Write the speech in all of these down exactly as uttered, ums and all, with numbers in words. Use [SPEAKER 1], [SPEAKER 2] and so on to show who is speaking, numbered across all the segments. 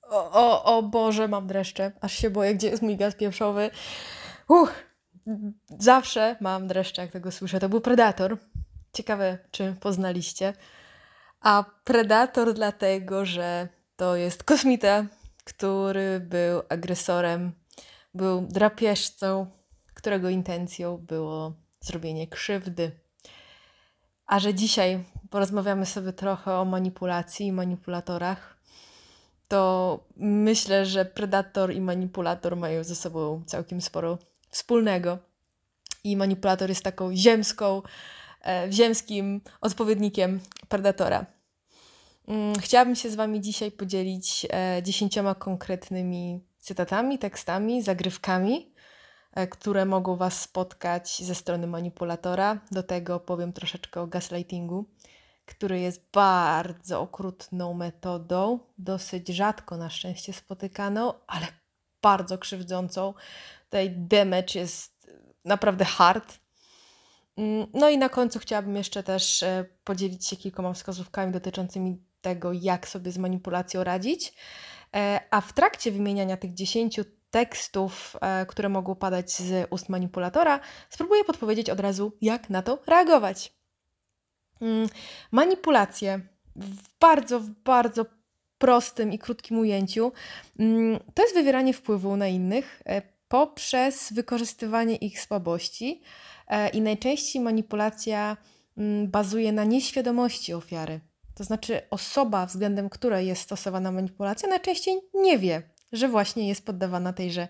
[SPEAKER 1] O, o, o Boże, mam dreszcze. Aż się boję, gdzie jest mój gaz pieprzowy. Uch, zawsze mam dreszcze, jak tego słyszę. To był Predator. Ciekawe, czy poznaliście. A Predator dlatego, że to jest kosmita, który był agresorem, był drapieżcą, którego intencją było zrobienie krzywdy. A że dzisiaj porozmawiamy sobie trochę o manipulacji i manipulatorach, to myślę, że predator i manipulator mają ze sobą całkiem sporo wspólnego. I manipulator jest taką ziemską, e, ziemskim odpowiednikiem predatora. Chciałabym się z Wami dzisiaj podzielić e, dziesięcioma konkretnymi cytatami, tekstami, zagrywkami, e, które mogą Was spotkać ze strony manipulatora. Do tego powiem troszeczkę o gaslightingu, który jest bardzo okrutną metodą, dosyć rzadko na szczęście spotykaną, ale bardzo krzywdzącą. Tutaj damage jest naprawdę hard. No i na końcu chciałabym jeszcze też e, podzielić się kilkoma wskazówkami dotyczącymi tego, jak sobie z manipulacją radzić. E, a w trakcie wymieniania tych dziesięciu tekstów, e, które mogą padać z ust manipulatora, spróbuję podpowiedzieć od razu, jak na to reagować. Mm, manipulacje w bardzo, w bardzo prostym i krótkim ujęciu mm, to jest wywieranie wpływu na innych e, poprzez wykorzystywanie ich słabości e, i najczęściej manipulacja mm, bazuje na nieświadomości ofiary. To znaczy osoba, względem której jest stosowana manipulacja, najczęściej nie wie, że właśnie jest poddawana tejże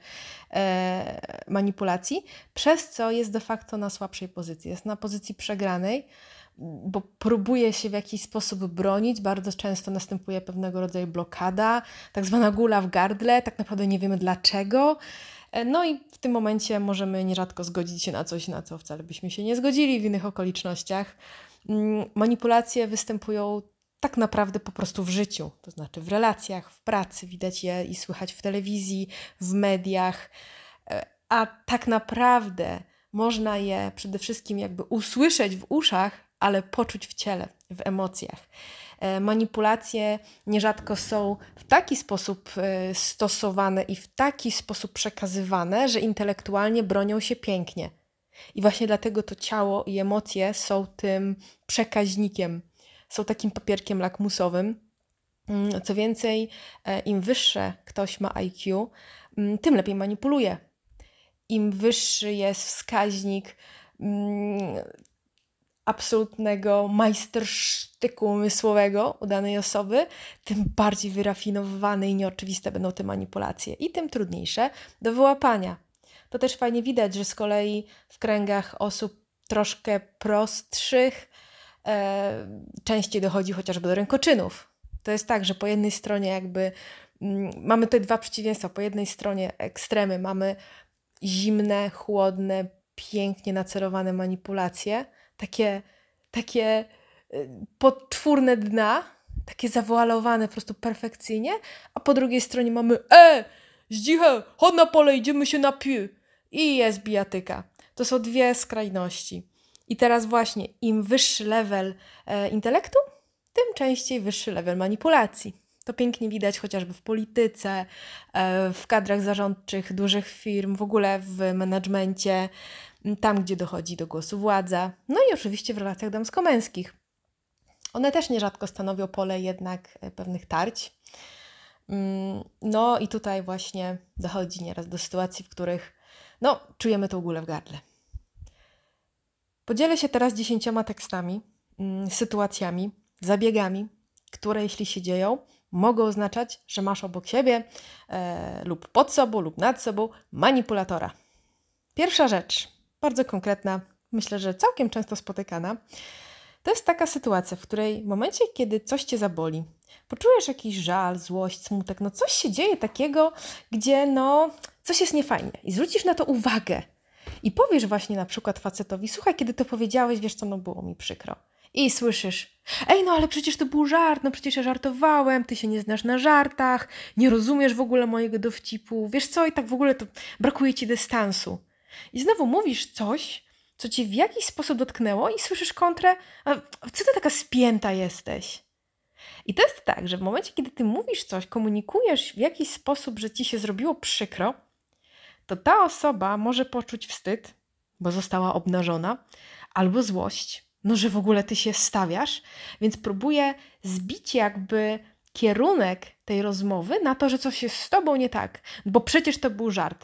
[SPEAKER 1] e, manipulacji, przez co jest de facto na słabszej pozycji, jest na pozycji przegranej, bo próbuje się w jakiś sposób bronić, bardzo często następuje pewnego rodzaju blokada, tak zwana gula w gardle, tak naprawdę nie wiemy dlaczego. No i w tym momencie możemy nierzadko zgodzić się na coś, na co wcale byśmy się nie zgodzili w innych okolicznościach. Manipulacje występują tak naprawdę po prostu w życiu, to znaczy w relacjach, w pracy, widać je i słychać w telewizji, w mediach, a tak naprawdę można je przede wszystkim jakby usłyszeć w uszach, ale poczuć w ciele, w emocjach. Manipulacje nierzadko są w taki sposób stosowane i w taki sposób przekazywane, że intelektualnie bronią się pięknie. I właśnie dlatego to ciało i emocje są tym przekaźnikiem, są takim papierkiem lakmusowym. Co więcej, im wyższe ktoś ma I Q, tym lepiej manipuluje. Im wyższy jest wskaźnik absolutnego majstersztyku umysłowego u danej osoby, tym bardziej wyrafinowane i nieoczywiste będą te manipulacje i tym trudniejsze do wyłapania. To też fajnie widać, że z kolei w kręgach osób troszkę prostszych e, częściej dochodzi chociażby do rękoczynów. To jest tak, że po jednej stronie jakby mm, mamy te dwa przeciwieństwa. Po jednej stronie ekstremy mamy zimne, chłodne, pięknie nacelowane manipulacje, takie, takie potwórne dna, takie zawoalowane po prostu perfekcyjnie, a po drugiej stronie mamy e, zdzichę, chodź na pole, idziemy się na pił i jest bijatyka. To są dwie skrajności. I teraz właśnie im wyższy level e, intelektu, tym częściej wyższy level manipulacji. To pięknie widać chociażby w polityce, e, w kadrach zarządczych dużych firm, w ogóle w menadżmencie, tam, gdzie dochodzi do głosu władza, no i oczywiście w relacjach damsko-męskich. One też nierzadko stanowią pole jednak pewnych tarć. No i tutaj właśnie dochodzi nieraz do sytuacji, w których no, czujemy tą gulę w gardle. Podzielę się teraz dziesięcioma tekstami, sytuacjami, zabiegami, które jeśli się dzieją, mogą oznaczać, że masz obok siebie e, lub pod sobą lub nad sobą manipulatora. Pierwsza rzecz, bardzo konkretna, myślę, że całkiem często spotykana, to jest taka sytuacja, w której w momencie, kiedy coś Cię zaboli, poczujesz jakiś żal, złość, smutek, no coś się dzieje takiego, gdzie no coś jest niefajnie i zwrócisz na to uwagę i powiesz właśnie na przykład facetowi, słuchaj, kiedy to powiedziałeś, wiesz co, no było mi przykro. I słyszysz, ej no ale przecież to był żart, no przecież ja żartowałem, ty się nie znasz na żartach, nie rozumiesz w ogóle mojego dowcipu, wiesz co, i tak w ogóle to brakuje Ci dystansu. I znowu mówisz coś, co Cię w jakiś sposób dotknęło i słyszysz kontrę, a co Ty taka spięta jesteś? I to jest tak, że w momencie, kiedy ty mówisz coś, komunikujesz w jakiś sposób, że ci się zrobiło przykro, to ta osoba może poczuć wstyd, bo została obnażona, albo złość, no że w ogóle ty się stawiasz, więc próbuje zbić jakby kierunek tej rozmowy na to, że coś jest z tobą nie tak, bo przecież to był żart.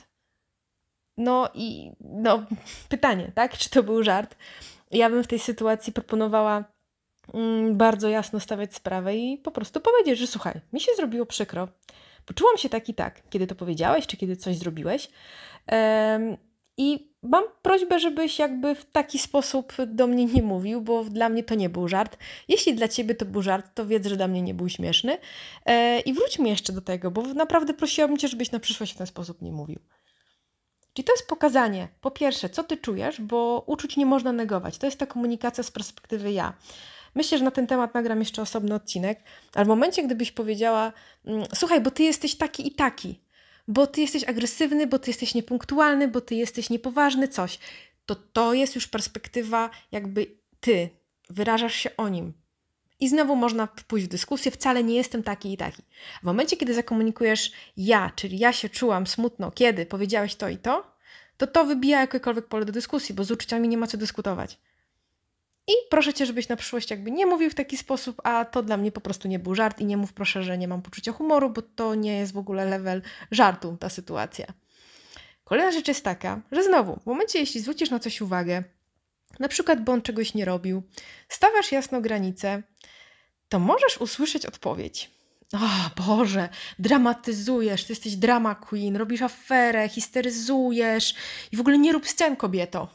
[SPEAKER 1] No i no, pytanie, tak? Czy to był żart? Ja bym w tej sytuacji proponowała mm, bardzo jasno stawiać sprawę i po prostu powiedzieć, że słuchaj, mi się zrobiło przykro. Poczułam się tak i tak, kiedy to powiedziałeś, czy kiedy coś zrobiłeś. Em, I mam prośbę, żebyś jakby w taki sposób do mnie nie mówił, bo dla mnie to nie był żart. Jeśli dla ciebie to był żart, to wiedz, że dla mnie nie był śmieszny. E, I wróćmy jeszcze do tego, bo naprawdę prosiłabym cię, żebyś na przyszłość w ten sposób nie mówił. Czyli to jest pokazanie, po pierwsze, co ty czujesz, bo uczuć nie można negować. To jest ta komunikacja z perspektywy ja. Myślę, że na ten temat nagram jeszcze osobny odcinek, ale w momencie, gdybyś powiedziała, mm, słuchaj, bo ty jesteś taki i taki, bo ty jesteś agresywny, bo ty jesteś niepunktualny, bo ty jesteś niepoważny, coś, to to jest już perspektywa jakby ty, wyrażasz się o nim. I znowu można pójść w dyskusję, wcale nie jestem taki i taki. W momencie, kiedy zakomunikujesz ja, czyli ja się czułam smutno, kiedy powiedziałeś to i to, to to wybija jakiekolwiek pole do dyskusji, bo z uczuciami nie ma co dyskutować. I proszę cię, żebyś na przyszłość jakby nie mówił w taki sposób, a to dla mnie po prostu nie był żart i nie mów proszę, że nie mam poczucia humoru, bo to nie jest w ogóle level żartu ta sytuacja. Kolejna rzecz jest taka, że znowu, w momencie, jeśli zwrócisz na coś uwagę, na przykład, bo on czegoś nie robił, stawiasz jasno granicę, to możesz usłyszeć odpowiedź. O Boże, dramatyzujesz, ty jesteś drama queen, robisz aferę, histeryzujesz i w ogóle nie rób scen, kobieto.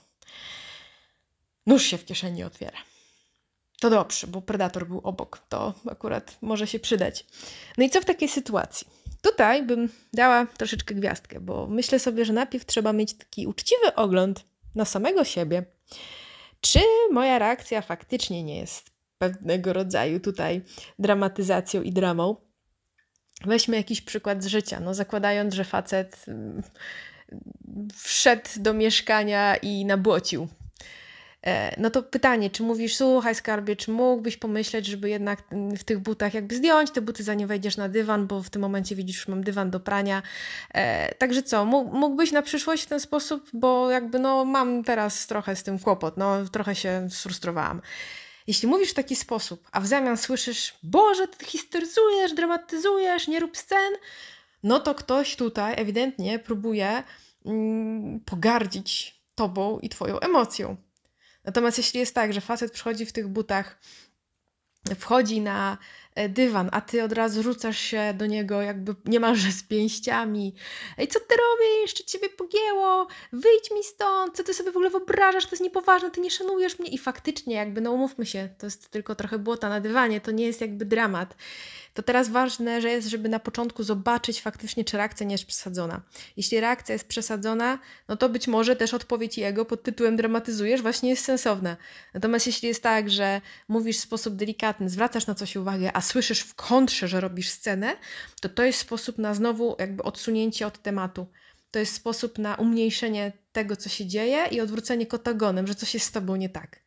[SPEAKER 1] Nóż się w kieszeni otwiera. To dobrze, bo predator był obok, to akurat może się przydać. No i co w takiej sytuacji? Tutaj bym dała troszeczkę gwiazdkę, bo myślę sobie, że najpierw trzeba mieć taki uczciwy ogląd na samego siebie. Czy moja reakcja faktycznie nie jest pewnego rodzaju tutaj dramatyzacją i dramą? Weźmy jakiś przykład z życia, no zakładając, że facet mm, wszedł do mieszkania i nabłocił. E, no to pytanie, czy mówisz, słuchaj skarbie, czy mógłbyś pomyśleć, żeby jednak w tych butach jakby zdjąć te buty, zanim wejdziesz na dywan, bo w tym momencie widzisz, już mam dywan do prania. E, także co, mógłbyś na przyszłość w ten sposób, bo jakby no mam teraz trochę z tym kłopot, no trochę się sfrustrowałam. Jeśli mówisz w taki sposób, a w zamian słyszysz, Boże, ty histeryzujesz, dramatyzujesz, nie rób scen, no to ktoś tutaj ewidentnie próbuje mm, pogardzić tobą i twoją emocją. Natomiast jeśli jest tak, że facet przychodzi w tych butach, wchodzi na dywan, a ty od razu rzucasz się do niego jakby niemalże z pięściami. Ej, co ty robisz? Czy ciebie pogięło? Wyjdź mi stąd! Co ty sobie w ogóle wyobrażasz? To jest niepoważne, ty nie szanujesz mnie. I faktycznie jakby, no umówmy się, to jest tylko trochę błota na dywanie, to nie jest jakby dramat. To teraz ważne, że jest, żeby na początku zobaczyć faktycznie, czy reakcja nie jest przesadzona. Jeśli reakcja jest przesadzona, no to być może też odpowiedź jego pod tytułem dramatyzujesz właśnie jest sensowna. Natomiast jeśli jest tak, że mówisz w sposób delikatny, zwracasz na coś uwagę, a słyszysz w kontrze, że robisz scenę, to to jest sposób na znowu jakby odsunięcie od tematu. To jest sposób na umniejszenie tego, co się dzieje i odwrócenie kota ogonem, że coś jest z tobą nie tak.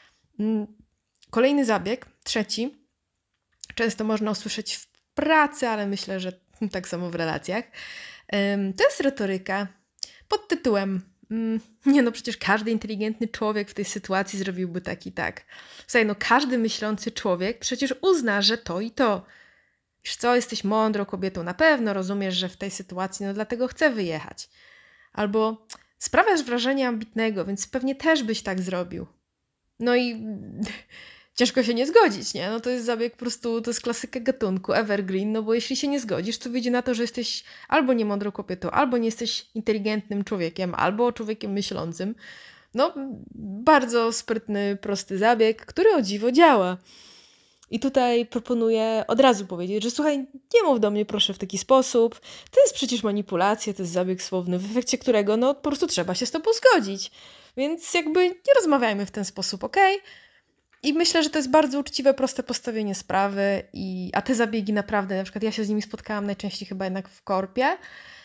[SPEAKER 1] Kolejny zabieg, trzeci, często można usłyszeć w pracy, ale myślę, że tak samo w relacjach. To jest retoryka pod tytułem nie no, przecież każdy inteligentny człowiek w tej sytuacji zrobiłby tak i tak. Słuchaj, no każdy myślący człowiek przecież uzna, że to i to. Wiesz co, jesteś mądrą kobietą, na pewno rozumiesz, że w tej sytuacji, no dlatego chcę wyjechać. Albo sprawiasz wrażenie ambitnego, więc pewnie też byś tak zrobił. No i ciężko się nie zgodzić, nie? No to jest zabieg po prostu, to jest klasyka gatunku, evergreen, no bo jeśli się nie zgodzisz, to wyjdzie na to, że jesteś albo niemądrą kobietą, albo nie jesteś inteligentnym człowiekiem, albo człowiekiem myślącym. No, bardzo sprytny, prosty zabieg, który o dziwo działa. I tutaj proponuję od razu powiedzieć, że słuchaj, nie mów do mnie proszę w taki sposób, to jest przecież manipulacja, to jest zabieg słowny, w efekcie którego no po prostu trzeba się z tobą zgodzić. Więc jakby nie rozmawiajmy w ten sposób, okej? Okay? I myślę, że to jest bardzo uczciwe, proste postawienie sprawy, i, a te zabiegi naprawdę, na przykład ja się z nimi spotkałam najczęściej chyba jednak w korpie.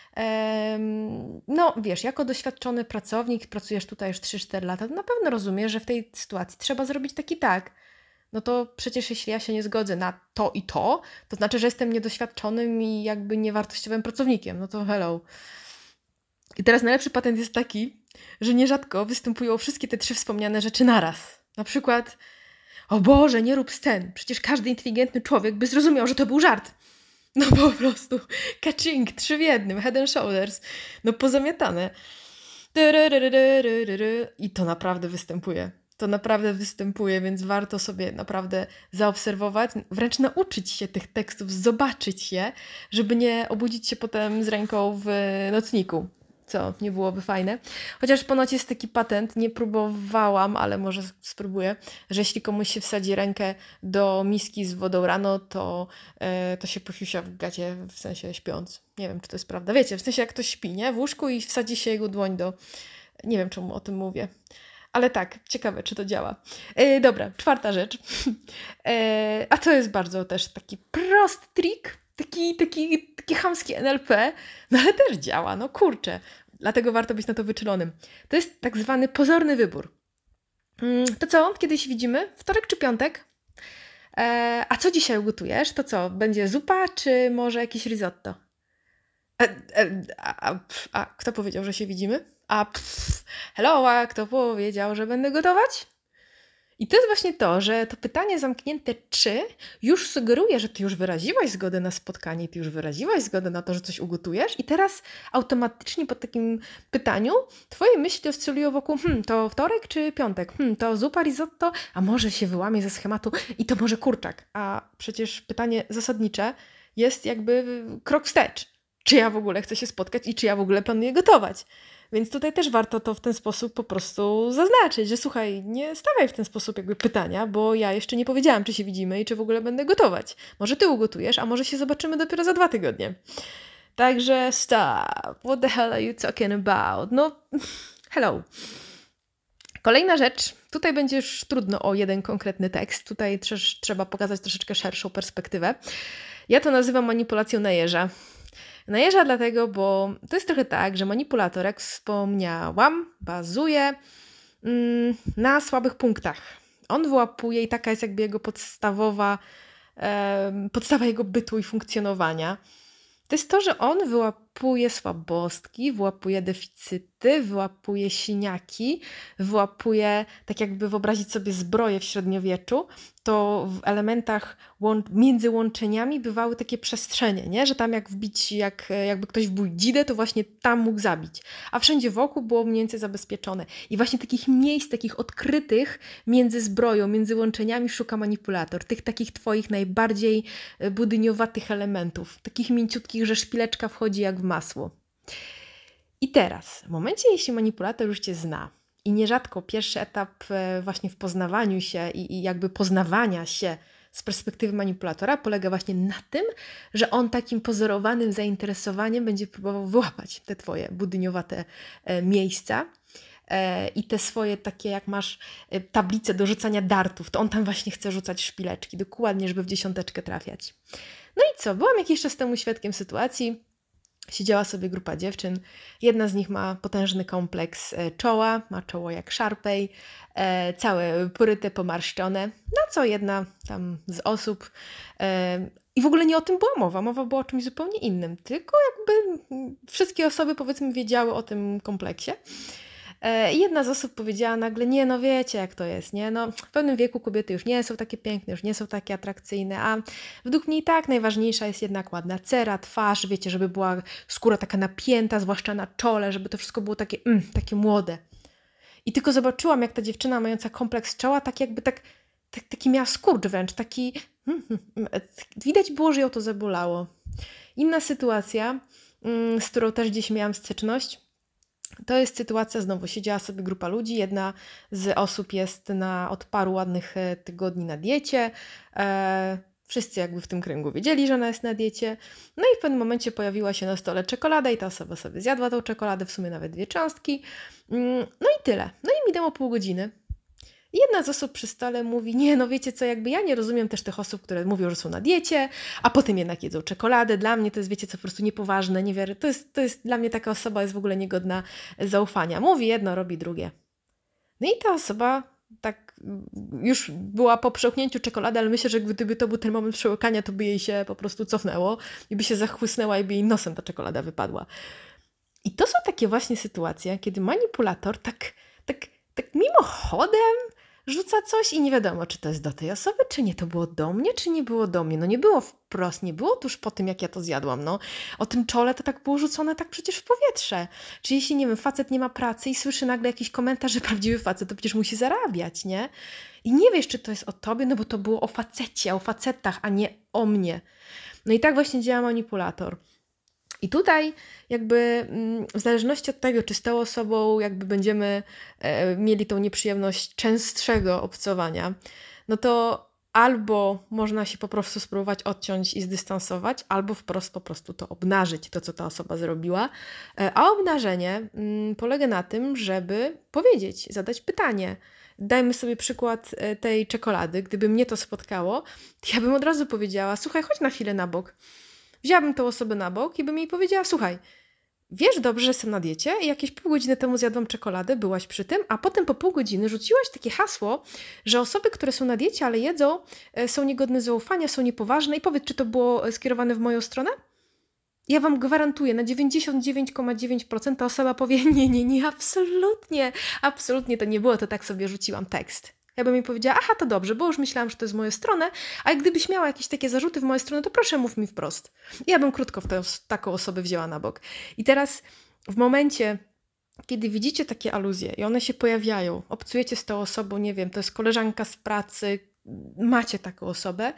[SPEAKER 1] Um, no wiesz, jako doświadczony pracownik, pracujesz tutaj już trzy cztery lata, to na pewno rozumiesz, że w tej sytuacji trzeba zrobić tak i tak. no to przecież jeśli ja się nie zgodzę na to i to, to znaczy, że jestem niedoświadczonym i jakby niewartościowym pracownikiem. No to hello. I teraz najlepszy patent jest taki, że nierzadko występują wszystkie te trzy wspomniane rzeczy naraz. Na przykład, o Boże, nie rób scen, przecież każdy inteligentny człowiek by zrozumiał, że to był żart. No po prostu, kaczing, trzy w jednym, head and shoulders, no pozamiatane. I to naprawdę występuje. To naprawdę występuje, więc warto sobie naprawdę zaobserwować, wręcz nauczyć się tych tekstów, zobaczyć je, żeby nie obudzić się potem z ręką w nocniku. Co nie byłoby fajne. Chociaż ponoć jest taki patent, nie próbowałam, ale może spróbuję, że jeśli komuś się wsadzi rękę do miski z wodą rano, to, e, to się posiusia w gacie, w sensie śpiąc. Nie wiem, czy to jest prawda. Wiecie, w sensie jak ktoś śpi, nie? W łóżku i wsadzi się jego dłoń do... Nie wiem, czemu o tym mówię. Ale tak, ciekawe, czy to działa. E, dobra, czwarta rzecz. E, a to jest bardzo też taki prosty trik, taki, taki, taki chamski N L P, no ale też działa, no kurczę. Dlatego warto być na to wyczulonym. To jest tak zwany pozorny wybór. To co? Kiedy się widzimy? Wtorek czy piątek? E, a co dzisiaj ugotujesz? To co? Będzie zupa czy może jakieś risotto? E, e, a, a, a kto powiedział, że się widzimy? A pff, hello, a kto powiedział, że będę gotować? I to jest właśnie to, że to pytanie zamknięte czy już sugeruje, że ty już wyraziłaś zgodę na spotkanie, ty już wyraziłaś zgodę na to, że coś ugotujesz i teraz automatycznie po takim pytaniu twoje myśli oscylują wokół hmm, to wtorek czy piątek? Hmm, to zupa, risotto? A może się wyłamie ze schematu i to może kurczak? A przecież pytanie zasadnicze jest jakby krok wstecz. Czy ja w ogóle chcę się spotkać i czy ja w ogóle planuję gotować? Więc tutaj też warto to w ten sposób po prostu zaznaczyć, że słuchaj, nie stawiaj w ten sposób jakby pytania, bo ja jeszcze nie powiedziałam, czy się widzimy i czy w ogóle będę gotować. Może ty ugotujesz, a może się zobaczymy dopiero za dwa tygodnie. Także stop. What the hell are you talking about? No, hello. Kolejna rzecz. Tutaj będzie już trudno o jeden konkretny tekst. Tutaj też trzeba pokazać troszeczkę szerszą perspektywę. Ja to nazywam manipulacją na jeża. Na jeża dlatego, bo to jest trochę tak, że manipulator, jak wspomniałam, bazuje mm, na słabych punktach. On wyłapuje i taka jest jakby jego podstawowa, e, podstawa jego bytu i funkcjonowania. To jest to, że on wyłapuje słabostki, wyłapuje deficyty, wyłapuje siniaki, wyłapuje, tak jakby wyobrazić sobie zbroję w średniowieczu, to w elementach łą- między łączeniami bywały takie przestrzenie, nie? Że tam jak wbić, jak, jakby ktoś wbił dzidę, to właśnie tam mógł zabić. A wszędzie wokół było mniej więcej zabezpieczone. I właśnie takich miejsc, takich odkrytych między zbroją, między łączeniami szuka manipulator. Tych takich twoich najbardziej budyniowatych elementów. Takich mięciutkich, że szpileczka wchodzi jak w masło. I teraz, w momencie, jeśli manipulator już cię zna, i nierzadko pierwszy etap właśnie w poznawaniu się i, i jakby poznawania się z perspektywy manipulatora polega właśnie na tym, że on takim pozorowanym zainteresowaniem będzie próbował wyłapać te twoje budyniowate e, miejsca e, i te swoje takie, jak masz e, tablice do rzucania dartów, to on tam właśnie chce rzucać szpileczki, dokładnie, żeby w dziesiąteczkę trafiać. No i co? Byłam jakiś czas temu świadkiem sytuacji. Siedziała sobie grupa dziewczyn. Jedna z nich ma potężny kompleks czoła, ma czoło jak szarpej, e, całe poryte, pomarszczone. No co jedna tam z osób. E, I w ogóle nie o tym była mowa. Mowa była o czymś zupełnie innym. Tylko jakby wszystkie osoby powiedzmy wiedziały o tym kompleksie. I jedna z osób powiedziała nagle, nie no wiecie jak to jest, nie? No, w pewnym wieku kobiety już nie są takie piękne, już nie są takie atrakcyjne, a według mnie i tak najważniejsza jest jednak ładna cera, twarz, wiecie, żeby była skóra taka napięta, zwłaszcza na czole, żeby to wszystko było takie, mm, takie młode. I tylko zobaczyłam, jak ta dziewczyna mająca kompleks czoła, tak jakby tak, tak taki miała skurcz wręcz, taki, mm, mm, widać było, że ją to zabolało. Inna sytuacja, mm, z którą też gdzieś miałam styczność, to jest sytuacja, znowu siedziała sobie grupa ludzi, jedna z osób jest na, od paru ładnych tygodni na diecie, e, wszyscy jakby w tym kręgu wiedzieli, że ona jest na diecie, no i w pewnym momencie pojawiła się na stole czekolada i ta osoba sobie zjadła tą czekoladę, w sumie nawet dwie cząstki, no i tyle. No i minęło pół godziny. I jedna z osób przy stole mówi, nie no wiecie co, jakby ja nie rozumiem też tych osób, które mówią, że są na diecie, a potem jednak jedzą czekoladę. Dla mnie to jest, wiecie co, po prostu niepoważne, niewiary. To jest, to jest dla mnie taka osoba jest w ogóle niegodna zaufania. Mówi jedno, robi drugie. No i ta osoba tak już była po przełknięciu czekolady, ale myślę, że gdyby to był ten moment przełykania, to by jej się po prostu cofnęło i by się zachłysnęła i by jej nosem ta czekolada wypadła. I to są takie właśnie sytuacje, kiedy manipulator tak, tak, tak mimochodem rzuca coś i nie wiadomo, czy to jest do tej osoby, czy nie. To było do mnie, czy nie było do mnie. No nie było wprost, nie było tuż po tym, jak ja to zjadłam. No, o tym czole to tak było rzucone tak przecież w powietrze. Czy jeśli, nie wiem, facet nie ma pracy i słyszy nagle jakiś komentarz, że prawdziwy facet to przecież musi zarabiać, nie? I nie wiesz, czy to jest o tobie, no bo to było o facecie, o facetach, a nie o mnie. No i tak właśnie działa manipulator. I tutaj jakby w zależności od tego, czy z tą osobą jakby będziemy e, mieli tą nieprzyjemność częstszego obcowania, no to albo można się po prostu spróbować odciąć i zdystansować, albo wprost po prostu to obnażyć, to co ta osoba zrobiła. E, a obnażenie mm, polega na tym, żeby powiedzieć, zadać pytanie. Dajmy sobie przykład e, tej czekolady. Gdyby mnie to spotkało, to ja bym od razu powiedziała, słuchaj, chodź na chwilę na bok. Wzięłabym tę osobę na bok i bym jej powiedziała, słuchaj, wiesz dobrze, że jestem na diecie i jakieś pół godziny temu zjadłam czekoladę, byłaś przy tym, a potem po pół godziny rzuciłaś takie hasło, że osoby, które są na diecie, ale jedzą, są niegodne zaufania, są niepoważne i powiedz, czy to było skierowane w moją stronę? Ja wam gwarantuję, na dziewięćdziesiąt dziewięć przecinek dziewięć procent ta osoba powie, nie, nie, nie, absolutnie, absolutnie to nie było, to tak sobie rzuciłam tekst. Ja bym jej powiedziała, aha, to dobrze, bo już myślałam, że to jest w moją stronę, a jak gdybyś miała jakieś takie zarzuty w moją stronę, to proszę mów mi wprost. I ja bym krótko w tę, taką osobę wzięła na bok. I teraz w momencie, kiedy widzicie takie aluzje i one się pojawiają, obcujecie z tą osobą, nie wiem, to jest koleżanka z pracy, macie taką osobę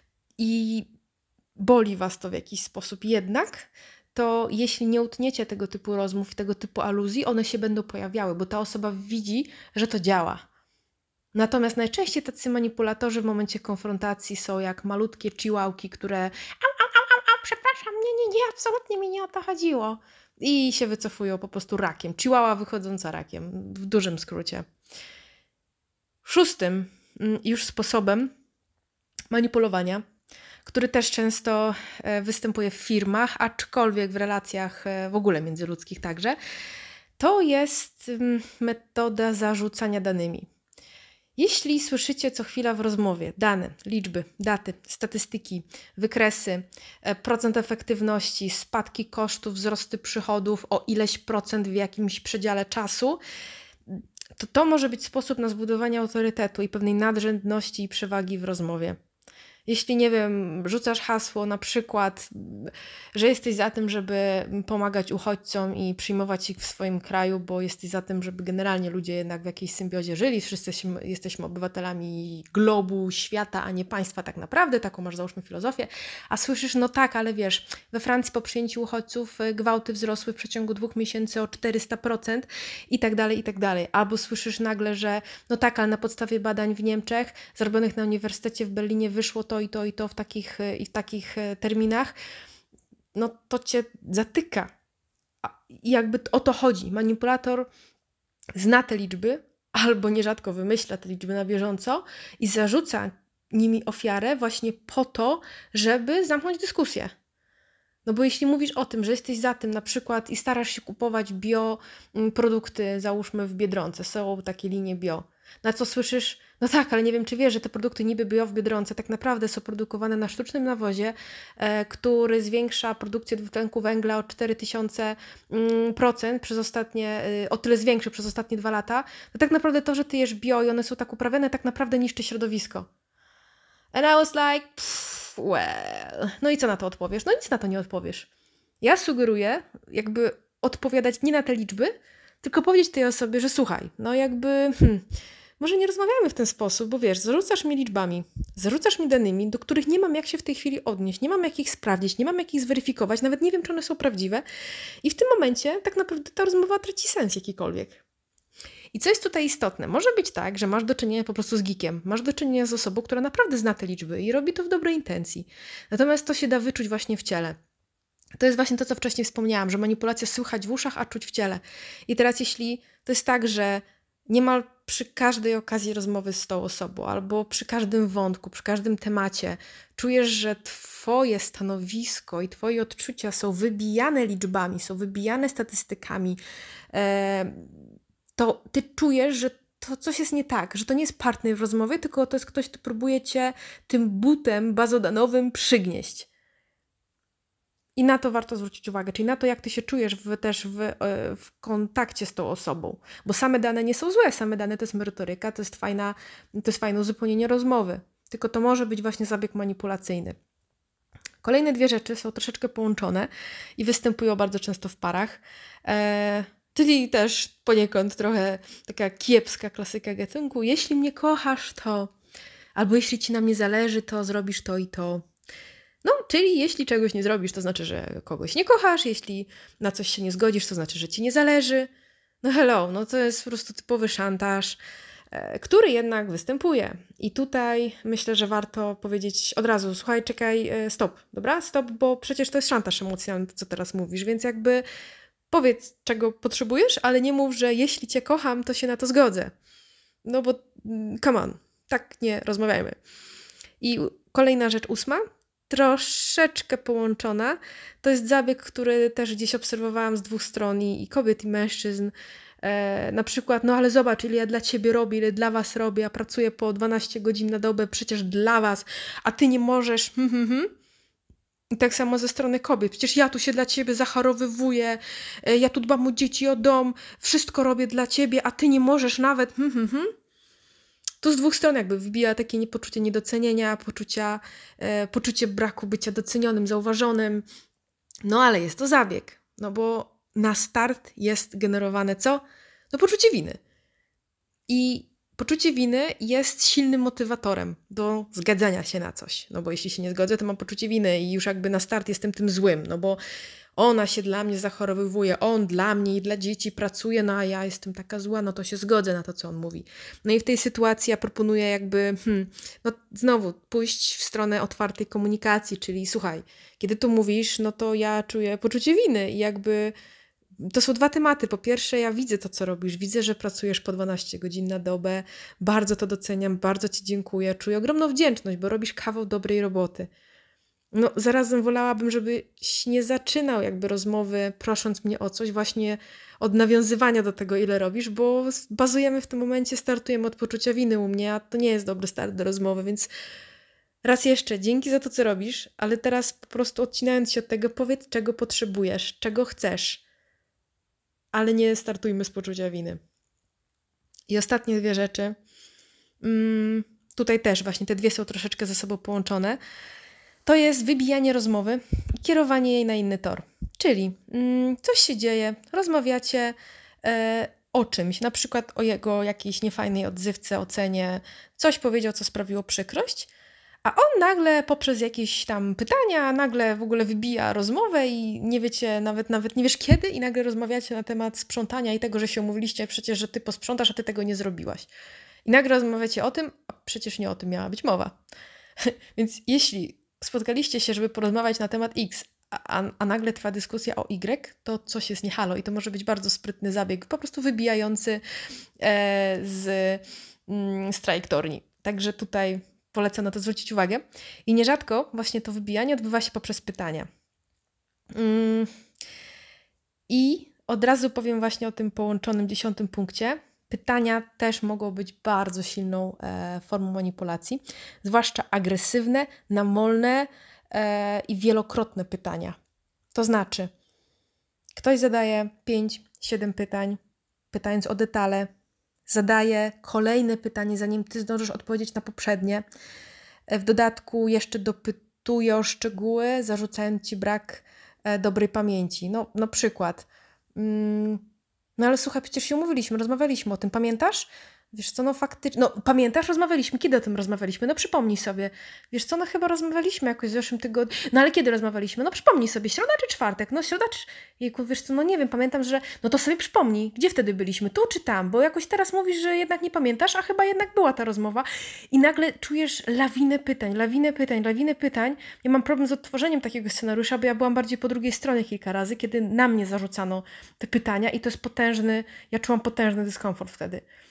[SPEAKER 1] i boli was to w jakiś sposób jednak, to jeśli nie utniecie tego typu rozmów i tego typu aluzji, one się będą pojawiały, bo ta osoba widzi, że to działa. Natomiast najczęściej tacy manipulatorzy w momencie konfrontacji są jak malutkie chihuałki, które au, au, au, au, au, przepraszam, nie, nie, nie, absolutnie mi nie o to chodziło. I się wycofują po prostu rakiem. Chihuahua wychodząca rakiem, w dużym skrócie. Szóstym już sposobem manipulowania, który też często występuje w firmach, aczkolwiek w relacjach w ogóle międzyludzkich także, to jest metoda zarzucania danymi. Jeśli słyszycie co chwila w rozmowie dane, liczby, daty, statystyki, wykresy, procent efektywności, spadki kosztów, wzrosty przychodów o ileś procent w jakimś przedziale czasu, to to może być sposób na zbudowanie autorytetu i pewnej nadrzędności i przewagi w rozmowie. Jeśli, nie wiem, rzucasz hasło na przykład, że jesteś za tym, żeby pomagać uchodźcom i przyjmować ich w swoim kraju, bo jesteś za tym, żeby generalnie ludzie jednak w jakiejś symbiozie żyli, wszyscy jesteśmy, jesteśmy obywatelami globu, świata, a nie państwa tak naprawdę, taką masz załóżmy filozofię, a słyszysz, no tak, ale wiesz, we Francji po przyjęciu uchodźców gwałty wzrosły w przeciągu dwóch miesięcy o czterysta procent i tak dalej, i tak dalej. Albo słyszysz nagle, że no tak, ale na podstawie badań w Niemczech zrobionych na Uniwersytecie w Berlinie wyszło to i to i to w takich, i w takich terminach, no to cię zatyka. I jakby o to chodzi. Manipulator zna te liczby, albo nierzadko wymyśla te liczby na bieżąco i zarzuca nimi ofiarę właśnie po to, żeby zamknąć dyskusję. No bo jeśli mówisz o tym, że jesteś za tym na przykład i starasz się kupować bio produkty, załóżmy w Biedronce, są takie linie bio, na co słyszysz, no tak, ale nie wiem, czy wiesz, że te produkty niby bio w Biedronce tak naprawdę są produkowane na sztucznym nawozie, e, który zwiększa produkcję dwutlenku węgla o cztery tysiące procent przez ostatnie, e, o tyle zwiększy przez ostatnie dwa lata, to tak naprawdę to, że ty jesz bio i one są tak uprawiane, tak naprawdę niszczy środowisko. And I was like, pff, well, no i co na to odpowiesz? No nic na to nie odpowiesz. Ja sugeruję jakby odpowiadać nie na te liczby, tylko powiedzieć tej osobie, że słuchaj, no jakby... Hmm, może nie rozmawiamy w ten sposób, bo wiesz, zarzucasz mi liczbami, zarzucasz mi danymi, do których nie mam jak się w tej chwili odnieść, nie mam jak ich sprawdzić, nie mam jak ich zweryfikować, nawet nie wiem, czy one są prawdziwe. I w tym momencie tak naprawdę ta rozmowa traci sens jakikolwiek. I co jest tutaj istotne? Może być tak, że masz do czynienia po prostu z geekiem, masz do czynienia z osobą, która naprawdę zna te liczby i robi to w dobrej intencji. Natomiast to się da wyczuć właśnie w ciele. To jest właśnie to, co wcześniej wspomniałam, że manipulacja słychać w uszach, a czuć w ciele. I teraz jeśli to jest tak, że niemal przy każdej okazji rozmowy z tą osobą albo przy każdym wątku, przy każdym temacie czujesz, że twoje stanowisko i twoje odczucia są wybijane liczbami, są wybijane statystykami, to ty czujesz, że to coś jest nie tak, że to nie jest partner w rozmowie, tylko to jest ktoś, kto próbuje cię tym butem bazodanowym przygnieść. I na to warto zwrócić uwagę, czyli na to, jak ty się czujesz w, też w, w kontakcie z tą osobą. Bo same dane nie są złe, same dane to jest merytoryka, to jest, fajna, to jest fajne uzupełnienie rozmowy. Tylko to może być właśnie zabieg manipulacyjny. Kolejne dwie rzeczy są troszeczkę połączone i występują bardzo często w parach. E, czyli też poniekąd trochę taka kiepska klasyka gatunku. Jeśli mnie kochasz, to... Albo jeśli ci na mnie zależy, to zrobisz to i to. No, czyli jeśli czegoś nie zrobisz, to znaczy, że kogoś nie kochasz. Jeśli na coś się nie zgodzisz, to znaczy, że ci nie zależy. No hello, no to jest po prostu typowy szantaż, e, który jednak występuje. I tutaj myślę, że warto powiedzieć od razu, słuchaj, czekaj, e, stop, dobra? Stop, bo przecież to jest szantaż emocjonalny, to co teraz mówisz, więc jakby powiedz, czego potrzebujesz, ale nie mów, że jeśli cię kocham, to się na to zgodzę. No bo mm, come on, tak nie rozmawiajmy. I kolejna rzecz, ósma, troszeczkę połączona. To jest zabieg, który też gdzieś obserwowałam z dwóch stron i, i kobiet, i mężczyzn. E, na przykład, no ale zobacz, ile ja dla ciebie robię, ile dla was robię, ja pracuję po dwanaście godzin na dobę, przecież dla was, a ty nie możesz. Hmm, hmm, hmm. I tak samo ze strony kobiet. Przecież ja tu się dla ciebie zachorowywuję, e, ja tu dbam o dzieci, o dom, wszystko robię dla ciebie, a ty nie możesz nawet. Hmm, hmm, hmm. Tu z dwóch stron jakby wybija takie nie- poczucie niedocenienia, poczucia, e, poczucie braku bycia docenionym, zauważonym. No ale jest to zabieg, no bo na start jest generowane co? No poczucie winy. I poczucie winy jest silnym motywatorem do zgadzania się na coś. No bo jeśli się nie zgodzę, to mam poczucie winy i już jakby na start jestem tym złym, no bo ona się dla mnie zachorowywuje, on dla mnie i dla dzieci pracuje, no a ja jestem taka zła, no to się zgodzę na to, co on mówi. No i w tej sytuacji ja proponuję jakby, hmm, no znowu pójść w stronę otwartej komunikacji, czyli słuchaj, kiedy tu mówisz, no to ja czuję poczucie winy i jakby to są dwa tematy. Po pierwsze, ja widzę to, co robisz, widzę, że pracujesz po dwanaście godzin na dobę, bardzo to doceniam, bardzo ci dziękuję, czuję ogromną wdzięczność, bo robisz kawał dobrej roboty. No, zarazem wolałabym, żebyś nie zaczynał jakby rozmowy prosząc mnie o coś właśnie od nawiązywania do tego, ile robisz, bo s- bazujemy w tym momencie, startujemy od poczucia winy u mnie, a to nie jest dobry start do rozmowy, więc raz jeszcze, dzięki za to, co robisz, ale teraz po prostu odcinając się od tego, powiedz, czego potrzebujesz, czego chcesz, ale nie startujmy z poczucia winy. I ostatnie dwie rzeczy. Mm, tutaj też właśnie te dwie są troszeczkę ze sobą połączone. To jest wybijanie rozmowy i kierowanie jej na inny tor. Czyli mm, coś się dzieje, rozmawiacie e, o czymś, na przykład o jego jakiejś niefajnej odzywce, ocenie, coś powiedział, co sprawiło przykrość, a on nagle poprzez jakieś tam pytania, nagle w ogóle wybija rozmowę i nie wiecie, nawet, nawet nie wiesz kiedy i nagle rozmawiacie na temat sprzątania i tego, że się umówiliście przecież, że ty posprzątasz, a ty tego nie zrobiłaś. I nagle rozmawiacie o tym, a przecież nie o tym miała być mowa. Więc jeśli spotkaliście się, żeby porozmawiać na temat X, a, a, a nagle trwa dyskusja o Y, to coś jest nie halo i to może być bardzo sprytny zabieg, po prostu wybijający e, z, mm, z trajektorii. Także tutaj polecam na to zwrócić uwagę. I nierzadko właśnie to wybijanie odbywa się poprzez pytania. Mm. I od razu powiem właśnie o tym połączonym dziesiątym punkcie. Pytania też mogą być bardzo silną e, formą manipulacji, zwłaszcza agresywne, namolne e, i wielokrotne pytania. To znaczy, ktoś zadaje pięć, siedem pytań, pytając o detale, zadaje kolejne pytanie, zanim ty zdążysz odpowiedzieć na poprzednie. E, W dodatku jeszcze dopytuje o szczegóły, zarzucając ci brak e, dobrej pamięci. No, na przykład, mm, no ale słuchaj, przecież się umówiliśmy, rozmawialiśmy o tym, pamiętasz? Wiesz co, no faktycznie, no pamiętasz, rozmawialiśmy, kiedy o tym rozmawialiśmy? No przypomnij sobie. Wiesz co, no chyba rozmawialiśmy jakoś w zeszłym tygodniu. No ale kiedy rozmawialiśmy? No przypomnij sobie, środa czy czwartek? No środa czy... Jejku, wiesz co, no nie wiem, pamiętam, że... No to sobie przypomnij, gdzie wtedy byliśmy, tu czy tam? Bo jakoś teraz mówisz, że jednak nie pamiętasz, a chyba jednak była ta rozmowa. I nagle czujesz lawinę pytań, lawinę pytań, lawinę pytań. Ja mam problem z odtworzeniem takiego scenariusza, bo ja byłam bardziej po drugiej stronie kilka razy, kiedy na mnie zarzucano te pytania i to jest potężny... Ja czułam potężny dyskomfort wtedy.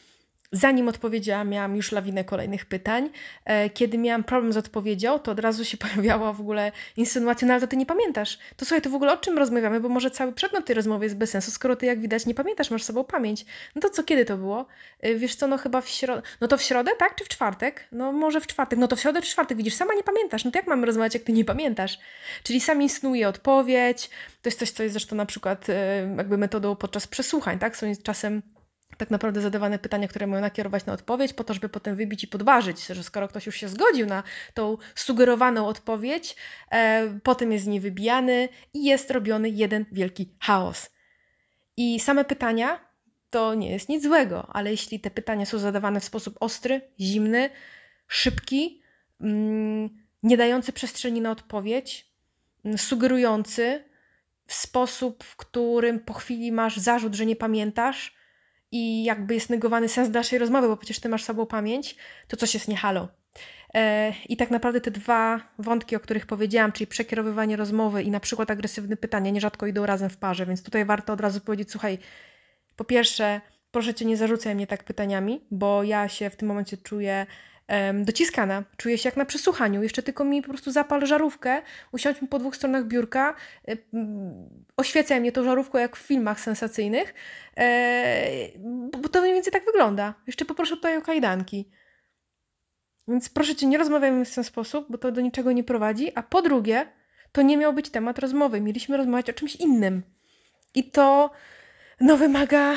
[SPEAKER 1] Zanim odpowiedziałam, miałam już lawinę kolejnych pytań. E, Kiedy miałam problem z odpowiedzią, to od razu się pojawiała w ogóle insynuacja, no ale to ty nie pamiętasz. To słuchaj, to w ogóle o czym rozmawiamy, bo może cały przedmiot tej rozmowy jest bez sensu, skoro ty jak widać nie pamiętasz, masz sobą pamięć. No to co, kiedy to było? E, Wiesz co, no chyba w środę. No to w środę, tak? Czy w czwartek? No może w czwartek. No to w środę czy w czwartek, widzisz, sama nie pamiętasz. No to jak mamy rozmawiać, jak ty nie pamiętasz? Czyli sam insynuuje odpowiedź. To jest coś, co jest zresztą na przykład e, jakby metodą podczas przesłuchań, tak? Są czasem tak naprawdę zadawane pytania, które mają nakierować na odpowiedź, po to, żeby potem wybić i podważyć, że skoro ktoś już się zgodził na tą sugerowaną odpowiedź, e, potem jest z niej wybijany i jest robiony jeden wielki chaos. I same pytania to nie jest nic złego, ale jeśli te pytania są zadawane w sposób ostry, zimny, szybki, mm, nie dający przestrzeni na odpowiedź, mm, sugerujący w sposób, w którym po chwili masz zarzut, że nie pamiętasz, i jakby jest negowany sens dalszej rozmowy, bo przecież ty masz sobą pamięć, to coś jest nie halo. E, I tak naprawdę te dwa wątki, o których powiedziałam, czyli przekierowywanie rozmowy i na przykład agresywne pytania, nierzadko idą razem w parze, więc tutaj warto od razu powiedzieć, słuchaj, po pierwsze, proszę cię, nie zarzucaj mnie tak pytaniami, bo ja się w tym momencie czuję em, dociskana, czuję się jak na przesłuchaniu, jeszcze tylko mi po prostu zapal żarówkę, usiądźmy po dwóch stronach biurka, y, mm, oświecaj mnie tą żarówką jak w filmach sensacyjnych, e, bo to mniej więcej tak wygląda. Jeszcze poproszę tutaj o kajdanki. Więc proszę cię, nie rozmawiajmy w ten sposób, bo to do niczego nie prowadzi, a po drugie, to nie miał być temat rozmowy, mieliśmy rozmawiać o czymś innym. I to no wymaga...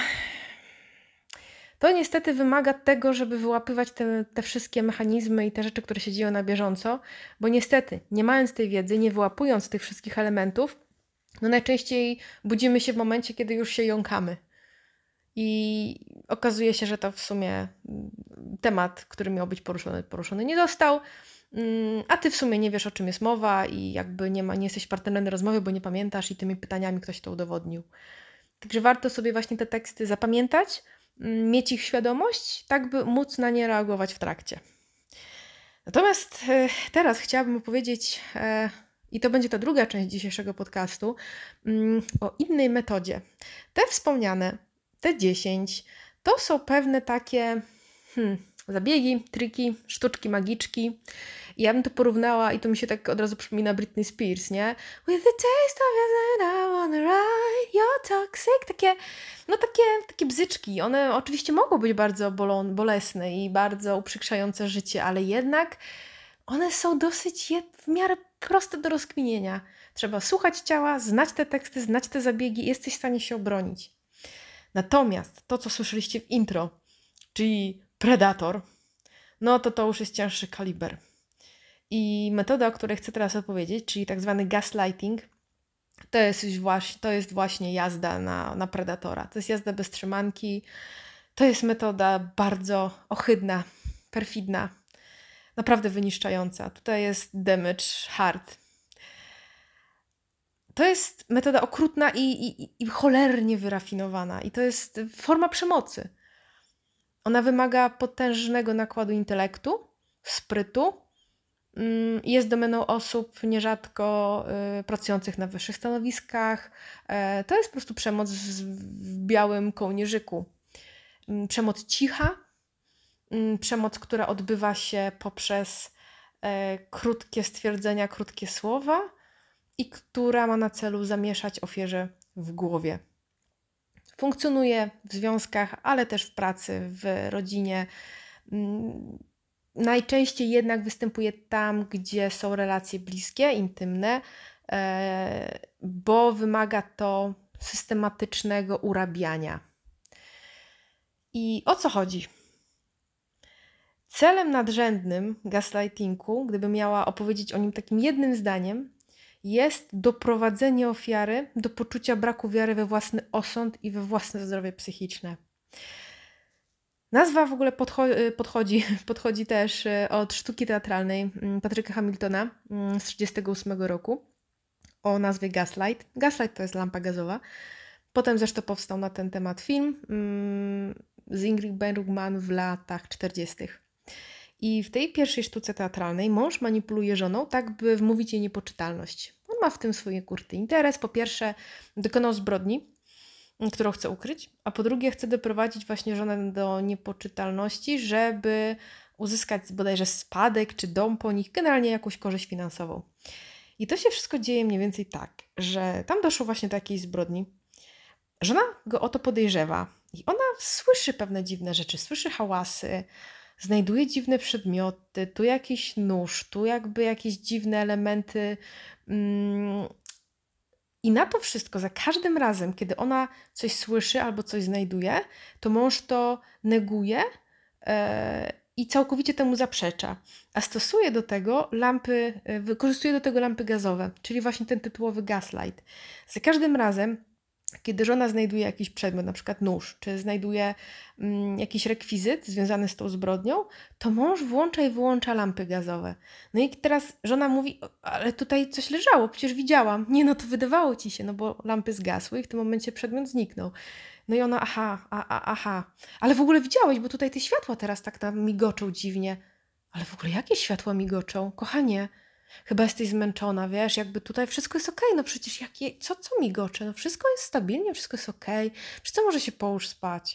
[SPEAKER 1] To niestety wymaga tego, żeby wyłapywać te, te wszystkie mechanizmy i te rzeczy, które się dzieją na bieżąco, bo niestety, nie mając tej wiedzy, nie wyłapując tych wszystkich elementów, no najczęściej budzimy się w momencie, kiedy już się jąkamy. I okazuje się, że to w sumie temat, który miał być poruszony, poruszony nie został, a ty w sumie nie wiesz, o czym jest mowa i jakby nie, ma, nie jesteś partnerem rozmowy, bo nie pamiętasz i tymi pytaniami ktoś to udowodnił. Także warto sobie właśnie te teksty zapamiętać, mieć ich świadomość, tak by móc na nie reagować w trakcie. Natomiast e, teraz chciałabym opowiedzieć, e, i to będzie ta druga część dzisiejszego podcastu, mm, o innej metodzie. Te wspomniane, te dziesięć, to są pewne takie hmm, zabiegi, triki, sztuczki, magiczki. I ja bym to porównała, i to mi się tak od razu przypomina Britney Spears, nie? With the taste of your I wanna ride, you're toxic. Takie, no takie, takie bzyczki. One oczywiście mogą być bardzo bolą, bolesne i bardzo uprzykrzające życie, ale jednak one są dosyć je, w miarę proste do rozkminienia. Trzeba słuchać ciała, znać te teksty, znać te zabiegi i jesteś w stanie się obronić. Natomiast to, co słyszeliście w intro, czyli Predator, no to to już jest cięższy kaliber. I metoda, o której chcę teraz opowiedzieć, czyli tak zwany gaslighting, to jest, już właśnie, to jest właśnie jazda na, na Predatora. To jest jazda bez trzymanki. To jest metoda bardzo ohydna, perfidna, naprawdę wyniszczająca. Tutaj jest damage hard. To jest metoda okrutna i, i, i cholernie wyrafinowana. I to jest forma przemocy. Ona wymaga potężnego nakładu intelektu, sprytu. Jest domeną osób nierzadko y, pracujących na wyższych stanowiskach. E, to jest po prostu przemoc w białym kołnierzyku. Y, przemoc cicha, y, przemoc, która odbywa się poprzez e, krótkie stwierdzenia, krótkie słowa i która ma na celu zamieszać ofierze w głowie. Funkcjonuje w związkach, ale też w pracy, w rodzinie. Y, Najczęściej jednak występuje tam, gdzie są relacje bliskie, intymne, bo wymaga to systematycznego urabiania. I o co chodzi? Celem nadrzędnym gaslightingu, gdybym miała opowiedzieć o nim takim jednym zdaniem, jest doprowadzenie ofiary do poczucia braku wiary we własny osąd i we własne zdrowie psychiczne. Nazwa w ogóle podcho- podchodzi, podchodzi też od sztuki teatralnej Patryka Hamiltona z tysiąc dziewięćset trzydziestego ósmego roku o nazwie Gaslight. Gaslight to jest lampa gazowa. Potem zresztą powstał na ten temat film z Ingrid Bergman w latach czterdziestych. I w tej pierwszej sztuce teatralnej mąż manipuluje żoną tak, by wmówić jej niepoczytalność. On ma w tym swój kurty interes. Po pierwsze, dokonał zbrodni, którą chce ukryć, a po drugie chce doprowadzić właśnie żonę do niepoczytalności, żeby uzyskać bodajże spadek czy dom po nich, generalnie jakąś korzyść finansową. I to się wszystko dzieje mniej więcej tak, że tam doszło właśnie do jakiejś zbrodni. Żona go o to podejrzewa i ona słyszy pewne dziwne rzeczy, słyszy hałasy, znajduje dziwne przedmioty, tu jakiś nóż, tu jakby jakieś dziwne elementy. Mm, I na to wszystko, za każdym razem, kiedy ona coś słyszy albo coś znajduje, to mąż to neguje e, i całkowicie temu zaprzecza. A stosuje do tego lampy, e, wykorzystuje do tego lampy gazowe, czyli właśnie ten tytułowy gaslight. Za każdym razem, kiedy żona znajduje jakiś przedmiot, na przykład nóż, czy znajduje mm, jakiś rekwizyt związany z tą zbrodnią, to mąż włącza i wyłącza lampy gazowe. No i teraz żona mówi, ale tutaj coś leżało, przecież widziałam. Nie, no to wydawało ci się, no bo lampy zgasły i w tym momencie przedmiot zniknął. No i ona, aha, a, a, aha, ale w ogóle widziałeś, bo tutaj te światła teraz tak nam migoczą dziwnie. Ale w ogóle jakie światła migoczą? Kochanie, chyba jesteś zmęczona, wiesz, jakby tutaj wszystko jest okej, no przecież jakie, co, co migocze? No wszystko jest stabilnie, wszystko jest okej, przecież co może się połóż spać?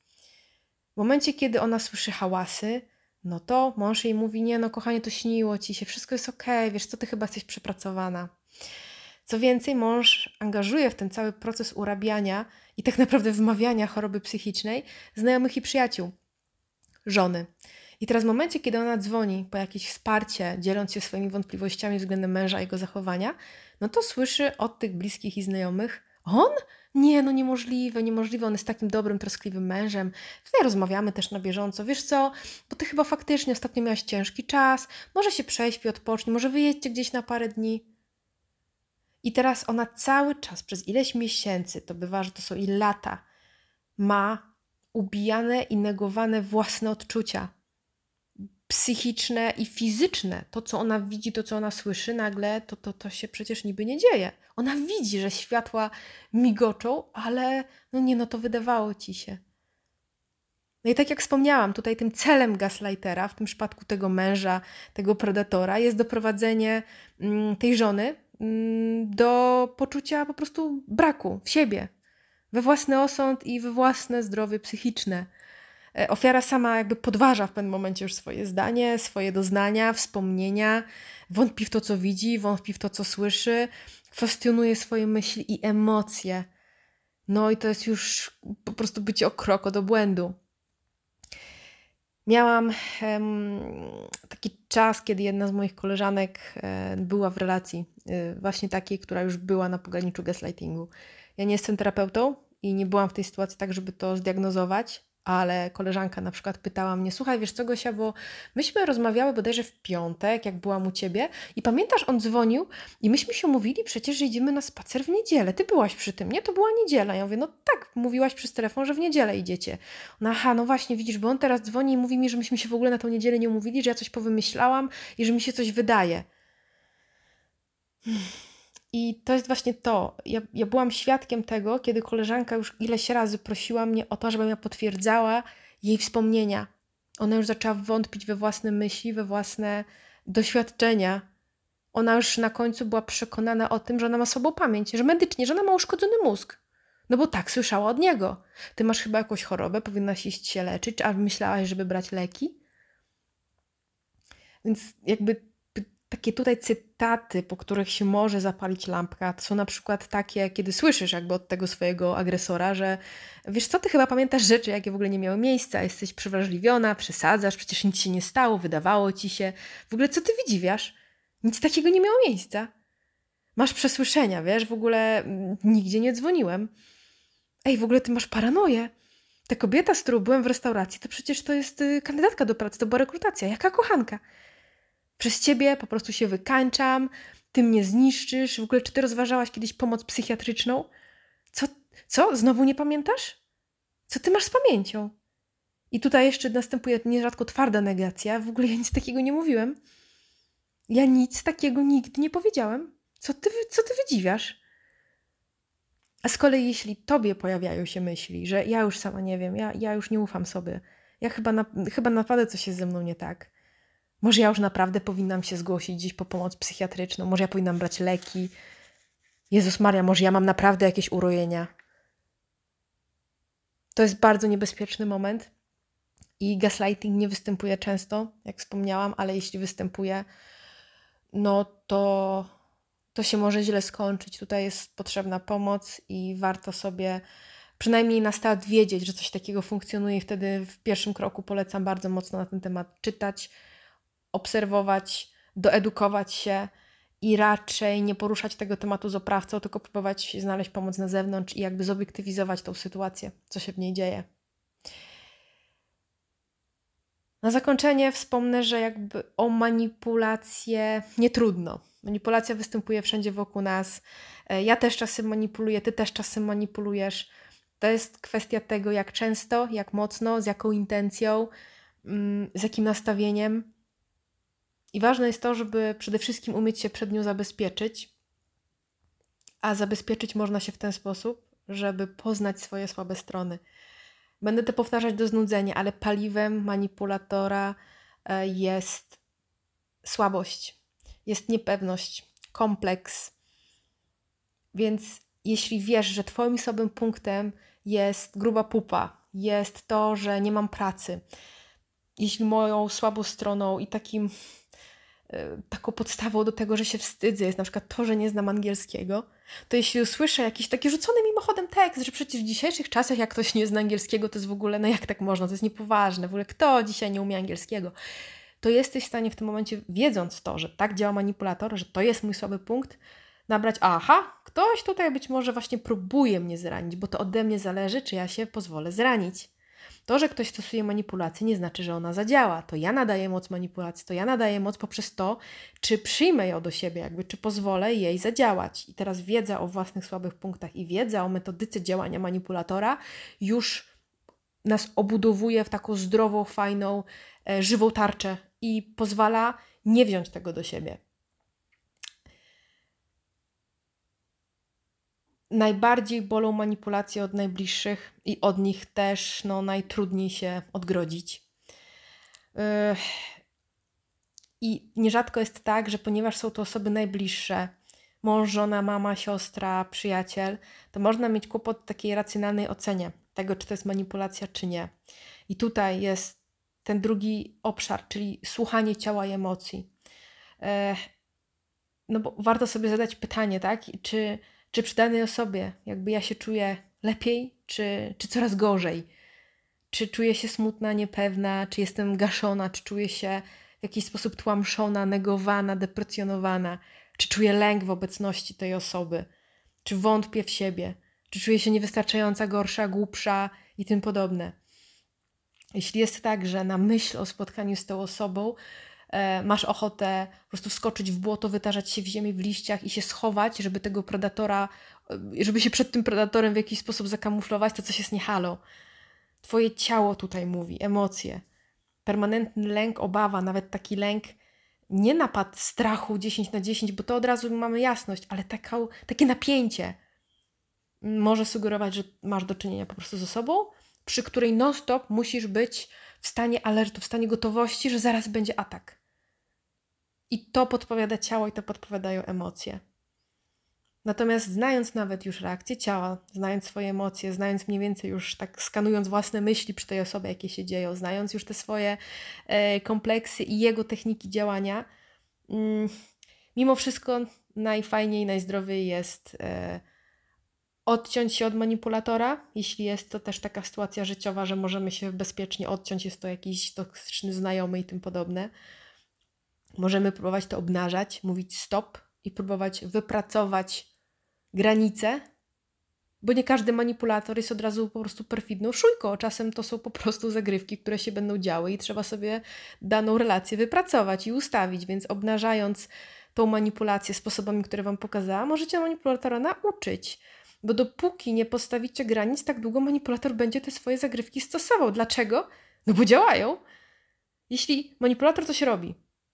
[SPEAKER 1] W momencie, kiedy ona słyszy hałasy, no to mąż jej mówi, nie no kochanie, to śniło ci się, wszystko jest okej, wiesz co, ty chyba jesteś przepracowana. Co więcej, mąż angażuje w ten cały proces urabiania i tak naprawdę wmawiania choroby psychicznej znajomych i przyjaciół żony. I teraz w momencie, kiedy ona dzwoni po jakieś wsparcie, dzieląc się swoimi wątpliwościami względem męża i jego zachowania, no to słyszy od tych bliskich i znajomych, on? Nie, no niemożliwe, niemożliwe, on jest takim dobrym, troskliwym mężem. Tutaj rozmawiamy też na bieżąco. Wiesz co, bo ty chyba faktycznie ostatnio miałaś ciężki czas, może się prześpi, odpocznij, może wyjedźcie gdzieś na parę dni. I teraz ona cały czas, przez ileś miesięcy, to bywa, że to są i lata, ma ubijane i negowane własne odczucia psychiczne i fizyczne. To, co ona widzi, to, co ona słyszy, nagle to, to, to się przecież niby nie dzieje. Ona widzi, że światła migoczą, ale no nie, no to wydawało ci się. No i tak jak wspomniałam, tutaj tym celem gaslightera, w tym przypadku tego męża, tego predatora, jest doprowadzenie mm, tej żony mm, do poczucia po prostu braku w siebie, we własny osąd i we własne zdrowie psychiczne. Ofiara sama jakby podważa w pewnym momencie już swoje zdanie, swoje doznania, wspomnienia, wątpi w to, co widzi, wątpi w to, co słyszy, kwestionuje swoje myśli i emocje. No i to jest już po prostu bycie o krok od obłędu. Miałam em, taki czas, kiedy jedna z moich koleżanek e, była w relacji e, właśnie takiej, która już była na pograniczu gaslightingu. Ja nie jestem terapeutą i nie byłam w tej sytuacji tak, żeby to zdiagnozować, ale koleżanka na przykład pytała mnie, słuchaj, wiesz co Gosia, bo myśmy rozmawiały bodajże w piątek, jak byłam u ciebie i pamiętasz, on dzwonił i myśmy się umówili przecież, że idziemy na spacer w niedzielę. Ty byłaś przy tym, nie? To była niedziela. Ja mówię, no tak, mówiłaś przez telefon, że w niedzielę idziecie. Ona, aha, no właśnie, widzisz, bo on teraz dzwoni i mówi mi, że myśmy się w ogóle na tą niedzielę nie umówili, że ja coś powymyślałam i że mi się coś wydaje. I to jest właśnie to. Ja, ja byłam świadkiem tego, kiedy koleżanka już ileś razy prosiła mnie o to, żebym ja potwierdzała jej wspomnienia. Ona już zaczęła wątpić we własne myśli, we własne doświadczenia. Ona już na końcu była przekonana o tym, że ona ma słabą pamięć, że medycznie, że ona ma uszkodzony mózg. No bo tak słyszała od niego. Ty masz chyba jakąś chorobę, powinnaś iść się leczyć, a myślałaś, żeby brać leki? Więc jakby takie tutaj cytaty, po których się może zapalić lampka, to są na przykład takie, kiedy słyszysz jakby od tego swojego agresora, że wiesz co, ty chyba pamiętasz rzeczy, jakie w ogóle nie miały miejsca, jesteś przewrażliwiona, przesadzasz, przecież nic się nie stało, wydawało ci się. W ogóle co ty wydziwiasz? Nic takiego nie miało miejsca. Masz przesłyszenia, wiesz, w ogóle nigdzie nie dzwoniłem. Ej, w ogóle ty masz paranoję. Ta kobieta, z którą byłem w restauracji, to przecież to jest kandydatka do pracy, to była rekrutacja. Jaka kochanka? Przez ciebie po prostu się wykańczam, ty mnie zniszczysz. W ogóle czy ty rozważałaś kiedyś pomoc psychiatryczną? Co? Co? Znowu nie pamiętasz? Co ty masz z pamięcią? I tutaj jeszcze następuje nierzadko twarda negacja. W ogóle ja nic takiego nie mówiłem. Ja nic takiego nigdy nie powiedziałem. Co ty, co ty wydziwiasz? A z kolei jeśli tobie pojawiają się myśli, że ja już sama nie wiem, ja, ja już nie ufam sobie, ja chyba, na, chyba naprawdę coś jest ze mną nie tak. Może ja już naprawdę powinnam się zgłosić gdzieś po pomoc psychiatryczną, może ja powinnam brać leki. Jezus Maria, może ja mam naprawdę jakieś urojenia. To jest bardzo niebezpieczny moment i gaslighting nie występuje często, jak wspomniałam, ale jeśli występuje, no to, to się może źle skończyć. Tutaj jest potrzebna pomoc i warto sobie przynajmniej na start wiedzieć, że coś takiego funkcjonuje i wtedy w pierwszym kroku polecam bardzo mocno na ten temat czytać, obserwować, doedukować się i raczej nie poruszać tego tematu z oprawcą, tylko próbować znaleźć pomoc na zewnątrz i jakby zobiektywizować tą sytuację, co się w niej dzieje. Na zakończenie wspomnę, że jakby o manipulację nie trudno. Manipulacja występuje wszędzie wokół nas. Ja też czasem manipuluję, ty też czasem manipulujesz. To jest kwestia tego, jak często, jak mocno, z jaką intencją, z jakim nastawieniem. I ważne jest to, żeby przede wszystkim umieć się przed nią zabezpieczyć. A zabezpieczyć można się w ten sposób, żeby poznać swoje słabe strony. Będę to powtarzać do znudzenia, ale paliwem manipulatora jest słabość, jest niepewność, kompleks. Więc jeśli wiesz, że twoim słabym punktem jest gruba pupa, jest to, że nie mam pracy, jeśli moją słabą stroną i takim, taką podstawą do tego, że się wstydzę, jest na przykład to, że nie znam angielskiego, to jeśli usłyszę jakiś taki rzucony mimochodem tekst, że przecież w dzisiejszych czasach jak ktoś nie zna angielskiego, to jest w ogóle, no jak tak można, to jest niepoważne, w ogóle kto dzisiaj nie umie angielskiego, to jesteś w stanie w tym momencie, wiedząc to, że tak działa manipulator, że to jest mój słaby punkt, nabrać, aha, ktoś tutaj być może właśnie próbuje mnie zranić, bo to ode mnie zależy, czy ja się pozwolę zranić. To, że ktoś stosuje manipulację, nie znaczy, że ona zadziała. To ja nadaję moc manipulacji, to ja nadaję moc poprzez to, czy przyjmę ją do siebie, jakby, czy pozwolę jej zadziałać. I teraz wiedza o własnych słabych punktach i wiedza o metodyce działania manipulatora już nas obudowuje w taką zdrową, fajną, e, żywą tarczę i pozwala nie wziąć tego do siebie. Najbardziej bolą manipulacje od najbliższych i od nich też no, najtrudniej się odgrodzić. Yy. I nierzadko jest tak, że ponieważ są to osoby najbliższe, mąż, żona, mama, siostra, przyjaciel, to można mieć kłopot w takiej racjonalnej ocenie tego, czy to jest manipulacja, czy nie. I tutaj jest ten drugi obszar, czyli słuchanie ciała i emocji. Yy. No bo warto sobie zadać pytanie, tak? Czy Czy przy danej osobie jakby ja się czuję lepiej, czy, czy coraz gorzej? Czy czuję się smutna, niepewna, czy jestem gaszona, czy czuję się w jakiś sposób tłamszona, negowana, deprecjonowana? Czy czuję lęk w obecności tej osoby? Czy wątpię w siebie? Czy czuję się niewystarczająca, gorsza, głupsza i tym podobne? Jeśli jest tak, że na myśl o spotkaniu z tą osobą masz ochotę po prostu wskoczyć w błoto, wytarzać się w ziemi, w liściach i się schować, żeby tego predatora, żeby się przed tym predatorem w jakiś sposób zakamuflować, to coś jest nie halo. Twoje ciało tutaj mówi, emocje. Permanentny lęk, obawa, nawet taki lęk, nie napad strachu dziesięć na dziesięć, bo to od razu mamy jasność, ale taka, takie napięcie może sugerować, że masz do czynienia po prostu z osobą, przy której non-stop musisz być w stanie alertu, w stanie gotowości, że zaraz będzie atak. I to podpowiada ciało i to podpowiadają emocje. Natomiast znając nawet już reakcję ciała, znając swoje emocje, znając mniej więcej już tak skanując własne myśli przy tej osobie, jakie się dzieją, znając już te swoje e, kompleksy i jego techniki działania, mm, mimo wszystko najfajniej, najzdrowiej jest e, odciąć się od manipulatora, jeśli jest to też taka sytuacja życiowa, że możemy się bezpiecznie odciąć, jest to jakiś toksyczny znajomy i tym podobne. Możemy próbować to obnażać, mówić stop i próbować wypracować granice, bo nie każdy manipulator jest od razu po prostu perfidną szujką. Czasem to są po prostu zagrywki, które się będą działy i trzeba sobie daną relację wypracować i ustawić, więc obnażając tą manipulację sposobami, które Wam pokazałam, możecie manipulatora nauczyć. Bo dopóki nie postawicie granic, tak długo manipulator będzie te swoje zagrywki stosował. Dlaczego? No bo działają. Jeśli manipulator coś robi,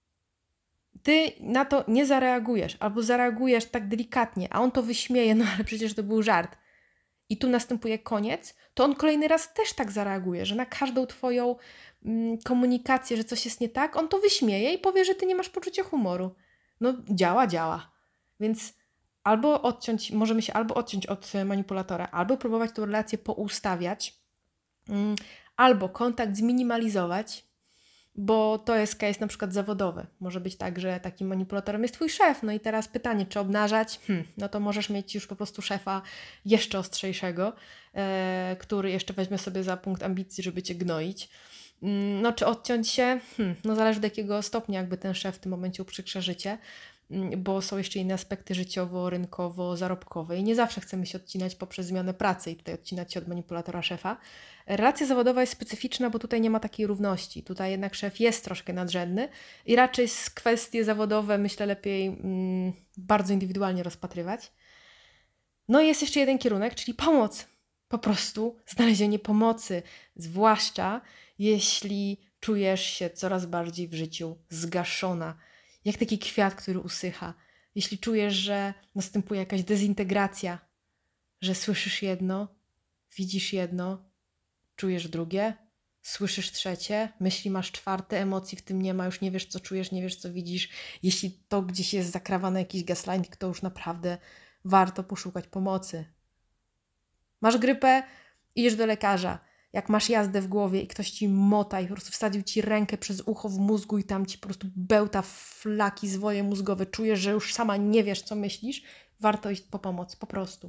[SPEAKER 1] ty na to nie zareagujesz, albo zareagujesz tak delikatnie, a on to wyśmieje, no ale przecież to był żart. I tu następuje koniec, to on kolejny raz też tak zareaguje, że na każdą twoją mm, komunikację, że coś jest nie tak, on to wyśmieje i powie, że ty nie masz poczucia humoru. No działa, działa. Więc albo odciąć, możemy się albo odciąć od manipulatora, albo próbować tę relację poustawiać, Albo kontakt zminimalizować, bo to jest case na przykład zawodowy. Może być tak, że takim manipulatorem jest twój szef. No i teraz pytanie, czy obnażać? Hm, no to możesz mieć już po prostu szefa jeszcze ostrzejszego, e, który jeszcze weźmie sobie za punkt ambicji, żeby cię gnoić. No czy odciąć się? Hmm, no zależy do jakiego stopnia jakby ten szef w tym momencie uprzykrza życie, bo są jeszcze inne aspekty życiowo, rynkowo, zarobkowe i nie zawsze chcemy się odcinać poprzez zmianę pracy i tutaj odcinać się od manipulatora szefa. Relacja zawodowa jest specyficzna, bo tutaj nie ma takiej równości. Tutaj jednak szef jest troszkę nadrzędny i raczej kwestie zawodowe myślę lepiej mm, bardzo indywidualnie rozpatrywać. No i jest jeszcze jeden kierunek, czyli pomoc. Po prostu znalezienie pomocy, zwłaszcza jeśli czujesz się coraz bardziej w życiu zgaszona, jak taki kwiat, który usycha. Jeśli czujesz, że następuje jakaś dezintegracja, że słyszysz jedno, widzisz jedno, czujesz drugie, słyszysz trzecie, myśli masz czwarte, emocji w tym nie ma, już nie wiesz co czujesz, nie wiesz co widzisz. Jeśli to gdzieś jest zakrawane jakiś gaslighting, to już naprawdę warto poszukać pomocy. Masz grypę, idziesz do lekarza. Jak masz jazdę w głowie i ktoś ci mota i po prostu wsadził ci rękę przez ucho w mózgu i tam ci po prostu bełta flaki zwoje mózgowe, czujesz, że już sama nie wiesz, co myślisz, warto iść po pomoc, po prostu.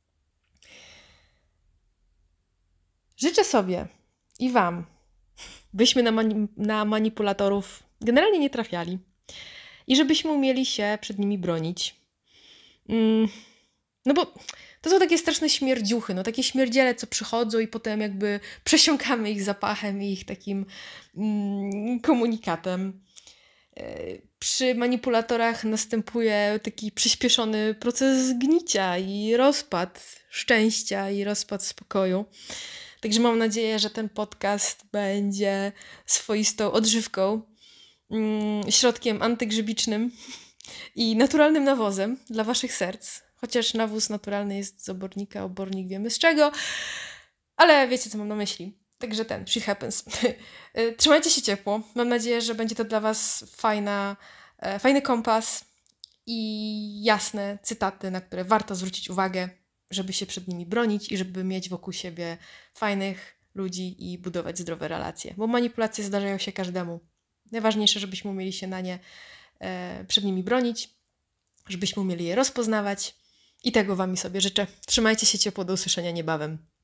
[SPEAKER 1] Życzę sobie i Wam, byśmy na, mani- na manipulatorów generalnie nie trafiali i żebyśmy umieli się przed nimi bronić. Mm, no bo to są takie straszne śmierdziuchy, no takie śmierdziele, co przychodzą i potem jakby przesiąkamy ich zapachem i ich takim mm, komunikatem. Yy, przy manipulatorach następuje taki przyspieszony proces gnicia i rozpad szczęścia i rozpad spokoju. Także mam nadzieję, że ten podcast będzie swoistą odżywką, mm, środkiem antygrzybicznym i naturalnym nawozem dla waszych serc. Chociaż nawóz naturalny jest z obornika, obornik wiemy z czego, ale wiecie, co mam na myśli. Także ten, shit happens. Trzymajcie się ciepło. Mam nadzieję, że będzie to dla was fajna, fajny kompas i jasne cytaty, na które warto zwrócić uwagę, żeby się przed nimi bronić i żeby mieć wokół siebie fajnych ludzi i budować zdrowe relacje. Bo manipulacje zdarzają się każdemu. Najważniejsze, żebyśmy umieli się na nie e, przed nimi bronić, żebyśmy umieli je rozpoznawać i tego wam i sobie życzę. Trzymajcie się ciepło, do usłyszenia niebawem.